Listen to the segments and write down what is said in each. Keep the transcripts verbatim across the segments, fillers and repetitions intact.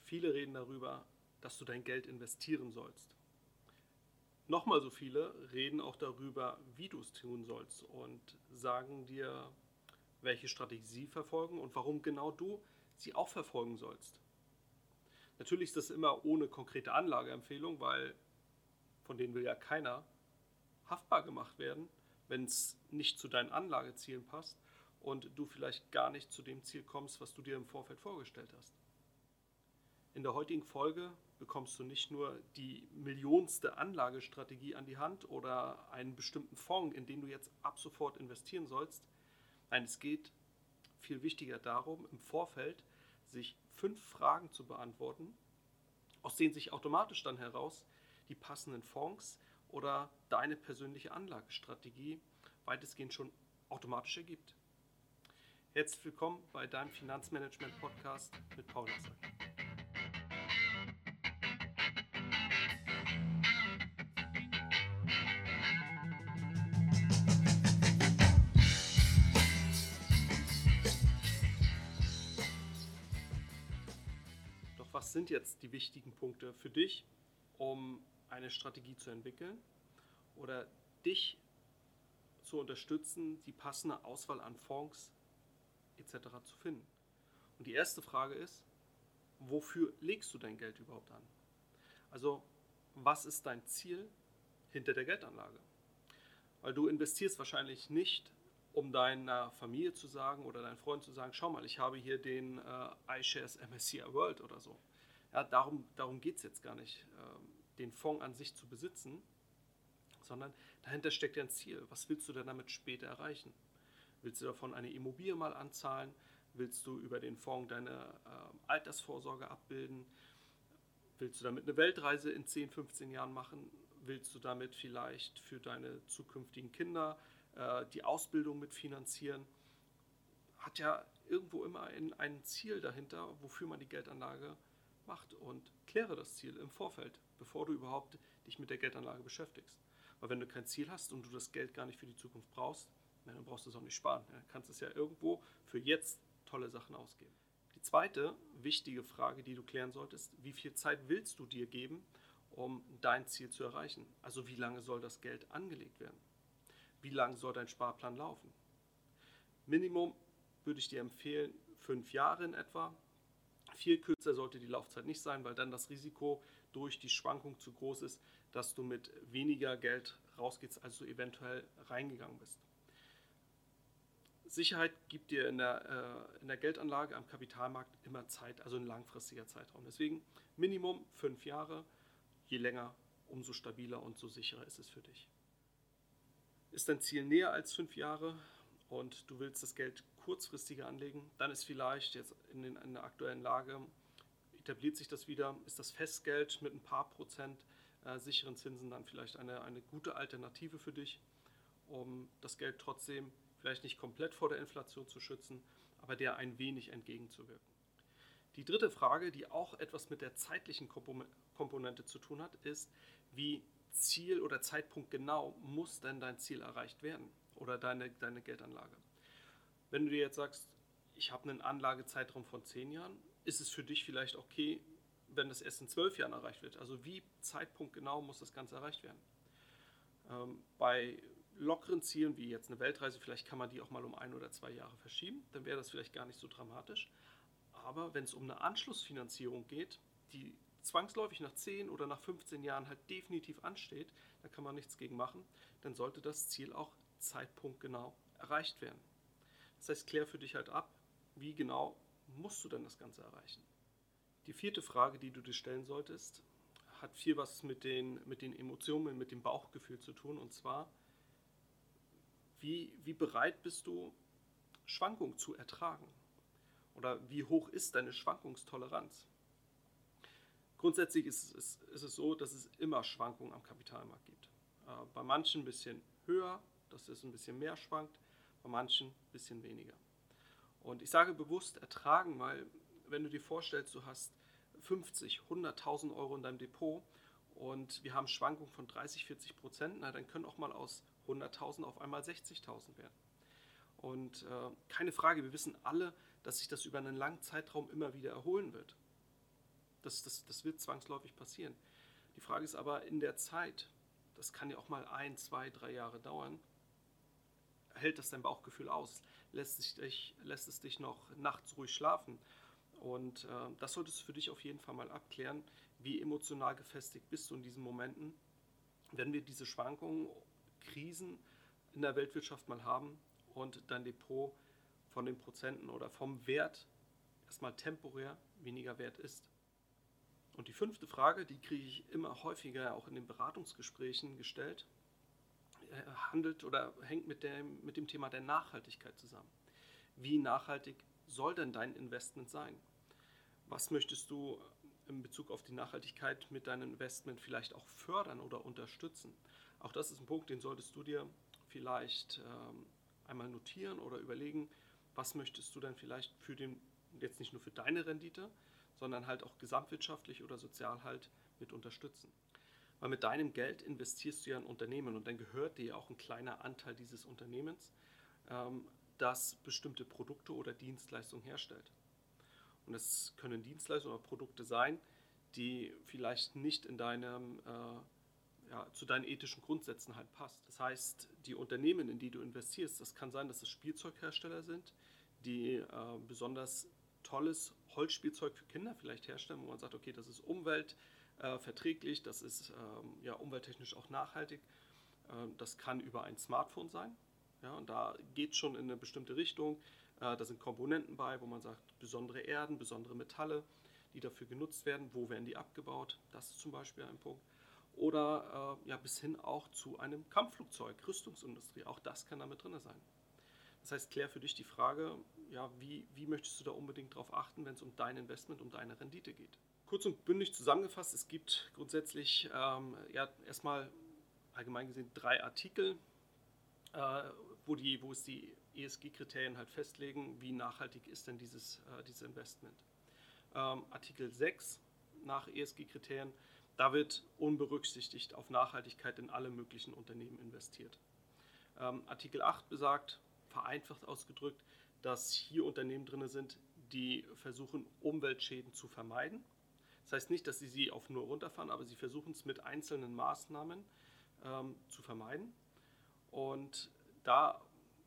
Viele reden darüber, dass du dein Geld investieren sollst. Nochmal so viele reden auch darüber, wie du es tun sollst und sagen dir, welche Strategie sie verfolgen und warum genau du sie auch verfolgen sollst. Natürlich ist das immer ohne konkrete Anlageempfehlung, weil von denen will ja keiner haftbar gemacht werden, wenn es nicht zu deinen Anlagezielen passt und du vielleicht gar nicht zu dem Ziel kommst, was du dir im Vorfeld vorgestellt hast. In der heutigen Folge bekommst du nicht nur die millionste Anlagestrategie an die Hand oder einen bestimmten Fonds, in den du jetzt ab sofort investieren sollst. Nein, es geht viel wichtiger darum, im Vorfeld sich fünf Fragen zu beantworten, aus denen sich automatisch dann heraus die passenden Fonds oder deine persönliche Anlagestrategie weitestgehend schon automatisch ergibt. Herzlich willkommen bei deinem Finanzmanagement-Podcast mit Paul Lassack. Doch was sind jetzt die wichtigen Punkte für dich, um eine Strategie zu entwickeln oder dich zu unterstützen, die passende Auswahl an Fonds et cetera zu finden? Und die erste Frage ist, wofür legst du dein Geld überhaupt an? Also, was ist dein Ziel hinter der Geldanlage? Weil du investierst wahrscheinlich nicht, um deiner Familie zu sagen oder deinen Freunden zu sagen, schau mal, ich habe hier den äh, iShares M S C I World oder so. Ja, darum darum geht es jetzt gar nicht, äh, den Fonds an sich zu besitzen, sondern dahinter steckt ja ein Ziel. Was willst du denn damit später erreichen? Willst du davon eine Immobilie mal anzahlen? Willst du über den Fonds deine äh, Altersvorsorge abbilden? Willst du damit eine Weltreise in zehn, fünfzehn Jahren machen? Willst du damit vielleicht für deine zukünftigen Kinder äh, die Ausbildung mitfinanzieren? Hat ja irgendwo immer ein, ein Ziel dahinter, wofür man die Geldanlage macht, und kläre das Ziel im Vorfeld, bevor du überhaupt dich mit der Geldanlage beschäftigst. Weil wenn du kein Ziel hast und du das Geld gar nicht für die Zukunft brauchst, na, dann brauchst du es auch nicht sparen. Dann kannst du es ja irgendwo für jetzt tolle Sachen ausgeben. Die zweite wichtige Frage, die du klären solltest: Wie viel Zeit willst du dir geben, um dein Ziel zu erreichen? Also wie lange soll das Geld angelegt werden? Wie lange soll dein Sparplan laufen? Minimum würde ich dir empfehlen, fünf Jahre in etwa. Viel kürzer sollte die Laufzeit nicht sein, weil dann das Risiko durch die Schwankung zu groß ist, dass du mit weniger Geld rausgehst, als du eventuell reingegangen bist. Sicherheit gibt dir in der, äh, in der Geldanlage am Kapitalmarkt immer Zeit, also ein langfristiger Zeitraum. Deswegen Minimum fünf Jahre, je länger, umso stabiler und so sicherer ist es für dich. Ist dein Ziel näher als fünf Jahre und du willst das Geld kurzfristiger anlegen, dann ist vielleicht jetzt in, den, in der aktuellen Lage, etabliert sich das wieder, ist das Festgeld mit ein paar Prozent äh, sicheren Zinsen dann vielleicht eine, eine gute Alternative für dich, um das Geld trotzdem vielleicht nicht komplett vor der Inflation zu schützen, aber der ein wenig entgegenzuwirken. Die dritte Frage, die auch etwas mit der zeitlichen Komponente zu tun hat, ist, wie Ziel oder Zeitpunkt genau muss denn dein Ziel erreicht werden oder deine, deine Geldanlage? Wenn du dir jetzt sagst, ich habe einen Anlagezeitraum von zehn Jahren, ist es für dich vielleicht okay, wenn das erst in zwölf Jahren erreicht wird? Also wie Zeitpunkt genau muss das Ganze erreicht werden? Ähm, bei lockeren Zielen wie jetzt eine Weltreise, vielleicht kann man die auch mal um ein oder zwei Jahre verschieben, dann wäre das vielleicht gar nicht so dramatisch. Aber wenn es um eine Anschlussfinanzierung geht, die zwangsläufig nach zehn oder nach fünfzehn Jahren halt definitiv ansteht, da kann man nichts gegen machen, dann sollte das Ziel auch zeitpunktgenau erreicht werden. Das heißt, klär für dich halt ab, wie genau musst du denn das Ganze erreichen. Die vierte Frage, die du dir stellen solltest, hat viel was mit den, mit den Emotionen, mit dem Bauchgefühl zu tun, und zwar, Wie, wie bereit bist du, Schwankungen zu ertragen? Oder wie hoch ist deine Schwankungstoleranz? Grundsätzlich ist es, ist es so, dass es immer Schwankungen am Kapitalmarkt gibt. Äh, bei manchen ein bisschen höher, dass es ein bisschen mehr schwankt, bei manchen ein bisschen weniger. Und ich sage bewusst ertragen, weil wenn du dir vorstellst, du hast fünfzig, hunderttausend Euro in deinem Depot und wir haben Schwankungen von dreißig, vierzig Prozent, na, dann können auch mal aus hunderttausend auf einmal sechzigtausend werden. Und äh, keine Frage, wir wissen alle, dass sich das über einen langen Zeitraum immer wieder erholen wird. das, das, das wird zwangsläufig passieren. Die Frage ist aber in der Zeit, das kann ja auch mal ein, zwei, drei Jahre dauern, hält das dein Bauchgefühl aus? Lässt es dich, lässt es dich noch nachts ruhig schlafen? Und äh, das solltest du für dich auf jeden Fall mal abklären. Wie emotional gefestigt bist du in diesen Momenten? Wenn wir diese Schwankungen, Krisen in der Weltwirtschaft mal haben und dein Depot von den Prozenten oder vom Wert erstmal temporär weniger wert ist. Und die fünfte Frage, die kriege ich immer häufiger auch in den Beratungsgesprächen gestellt, äh, handelt oder hängt mit dem, mit dem Thema der Nachhaltigkeit zusammen. Wie nachhaltig soll denn dein Investment sein? Was möchtest du in Bezug auf die Nachhaltigkeit mit deinem Investment vielleicht auch fördern oder unterstützen? Auch das ist ein Punkt, den solltest du dir vielleicht ähm, einmal notieren oder überlegen, was möchtest du denn vielleicht für den, jetzt nicht nur für deine Rendite, sondern halt auch gesamtwirtschaftlich oder sozial halt mit unterstützen. Weil mit deinem Geld investierst du ja in ein Unternehmen und dann gehört dir ja auch ein kleiner Anteil dieses Unternehmens, ähm, das bestimmte Produkte oder Dienstleistungen herstellt. Und es können Dienstleistungen oder Produkte sein, die vielleicht nicht in deinem, äh, ja, zu deinen ethischen Grundsätzen halt passt. Das heißt, die Unternehmen, in die du investierst, das kann sein, dass es Spielzeughersteller sind, die äh, besonders tolles Holzspielzeug für Kinder vielleicht herstellen, wo man sagt, okay, das ist umweltverträglich, das ist ähm, ja, umwelttechnisch auch nachhaltig. Äh, das kann über ein Smartphone sein. Ja, und da geht es schon in eine bestimmte Richtung. Äh, da sind Komponenten bei, wo man sagt, besondere Erden, besondere Metalle, die dafür genutzt werden. Wo werden die abgebaut? Das ist zum Beispiel ein Punkt. Oder äh, ja, bis hin auch zu einem Kampfflugzeug, Rüstungsindustrie. Auch das kann damit drin sein. Das heißt, klär für dich die Frage, ja, wie, wie möchtest du da unbedingt darauf achten, wenn es um dein Investment, um deine Rendite geht. Kurz und bündig zusammengefasst, es gibt grundsätzlich ähm, ja, erstmal allgemein gesehen drei Artikel, äh, wo, die, wo es die E S G-Kriterien halt festlegen, wie nachhaltig ist denn dieses, äh, dieses Investment. Ähm, Artikel sechs nach E S G-Kriterien, da wird unberücksichtigt auf Nachhaltigkeit in alle möglichen Unternehmen investiert. Ähm, Artikel acht besagt, vereinfacht ausgedrückt, dass hier Unternehmen drin sind, die versuchen, Umweltschäden zu vermeiden. Das heißt nicht, dass sie sie auf Null runterfahren, aber sie versuchen es mit einzelnen Maßnahmen ähm, zu vermeiden. Und da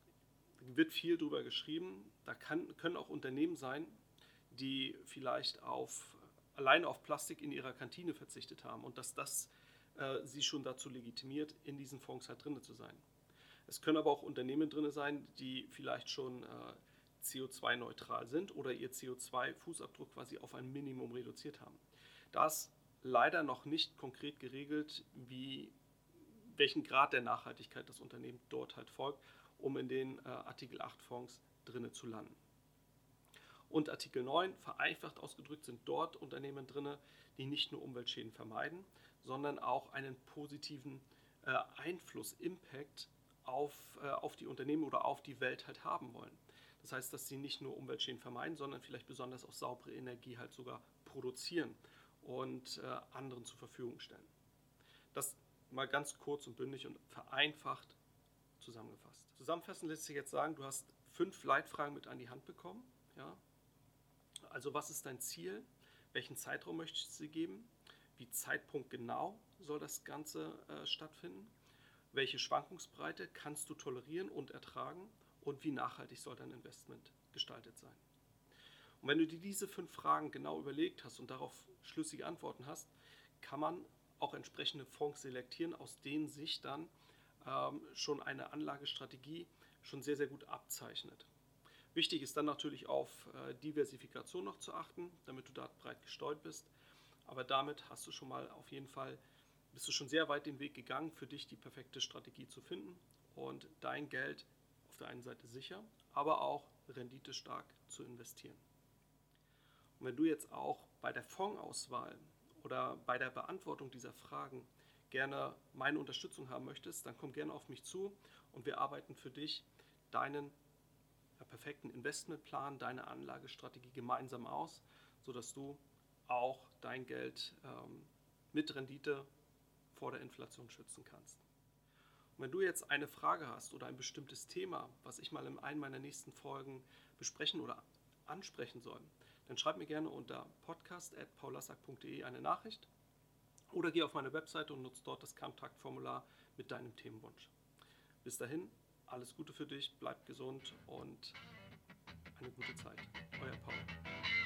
wird viel drüber geschrieben. Da kann, können auch Unternehmen sein, die vielleicht auf, alleine auf Plastik in ihrer Kantine verzichtet haben und dass das äh, sie schon dazu legitimiert, in diesen Fonds halt drin zu sein. Es können aber auch Unternehmen drin sein, die vielleicht schon äh, C O zwei neutral sind oder ihr C O zwei Fußabdruck quasi auf ein Minimum reduziert haben. Da ist leider noch nicht konkret geregelt, wie, welchen Grad der Nachhaltigkeit das Unternehmen dort halt folgt, um in den äh, Artikel acht Fonds drin zu landen. Und Artikel neun, vereinfacht ausgedrückt, sind dort Unternehmen drin, die nicht nur Umweltschäden vermeiden, sondern auch einen positiven äh, Einfluss, Impact auf, äh, auf die Unternehmen oder auf die Welt halt haben wollen. Das heißt, dass sie nicht nur Umweltschäden vermeiden, sondern vielleicht besonders auch saubere Energie halt sogar produzieren und äh, anderen zur Verfügung stellen. Das mal ganz kurz und bündig und vereinfacht zusammengefasst. Zusammenfassend lässt sich jetzt sagen, du hast fünf Leitfragen mit an die Hand bekommen. Ja? Also was ist dein Ziel? Welchen Zeitraum möchtest du sie geben? Wie zeitpunktgenau soll das Ganze äh, stattfinden? Welche Schwankungsbreite kannst du tolerieren und ertragen? Und wie nachhaltig soll dein Investment gestaltet sein? Und wenn du dir diese fünf Fragen genau überlegt hast und darauf schlüssige Antworten hast, kann man auch entsprechende Fonds selektieren, aus denen sich dann ähm, schon eine Anlagestrategie schon sehr, sehr gut abzeichnet. Wichtig ist dann natürlich auf äh, Diversifikation noch zu achten, damit du da breit gestreut bist. Aber damit hast du schon mal auf jeden Fall, bist du schon sehr weit den Weg gegangen, für dich die perfekte Strategie zu finden und dein Geld auf der einen Seite sicher, aber auch renditestark zu investieren. Und wenn du jetzt auch bei der Fondsauswahl oder bei der Beantwortung dieser Fragen gerne meine Unterstützung haben möchtest, dann komm gerne auf mich zu und wir arbeiten für dich deinen ja, perfekten Investmentplan, deine Anlagestrategie gemeinsam aus, sodass du auch dein Geld ähm, mit Rendite vor der Inflation schützen kannst. Und wenn du jetzt eine Frage hast oder ein bestimmtes Thema, was ich mal in einem meiner nächsten Folgen besprechen oder ansprechen soll, dann schreib mir gerne unter podcast at paulassack punkt de eine Nachricht oder geh auf meine Webseite und nutze dort das Kontaktformular mit deinem Themenwunsch. Bis dahin, alles Gute für dich, bleib gesund und eine gute Zeit. Euer Paul.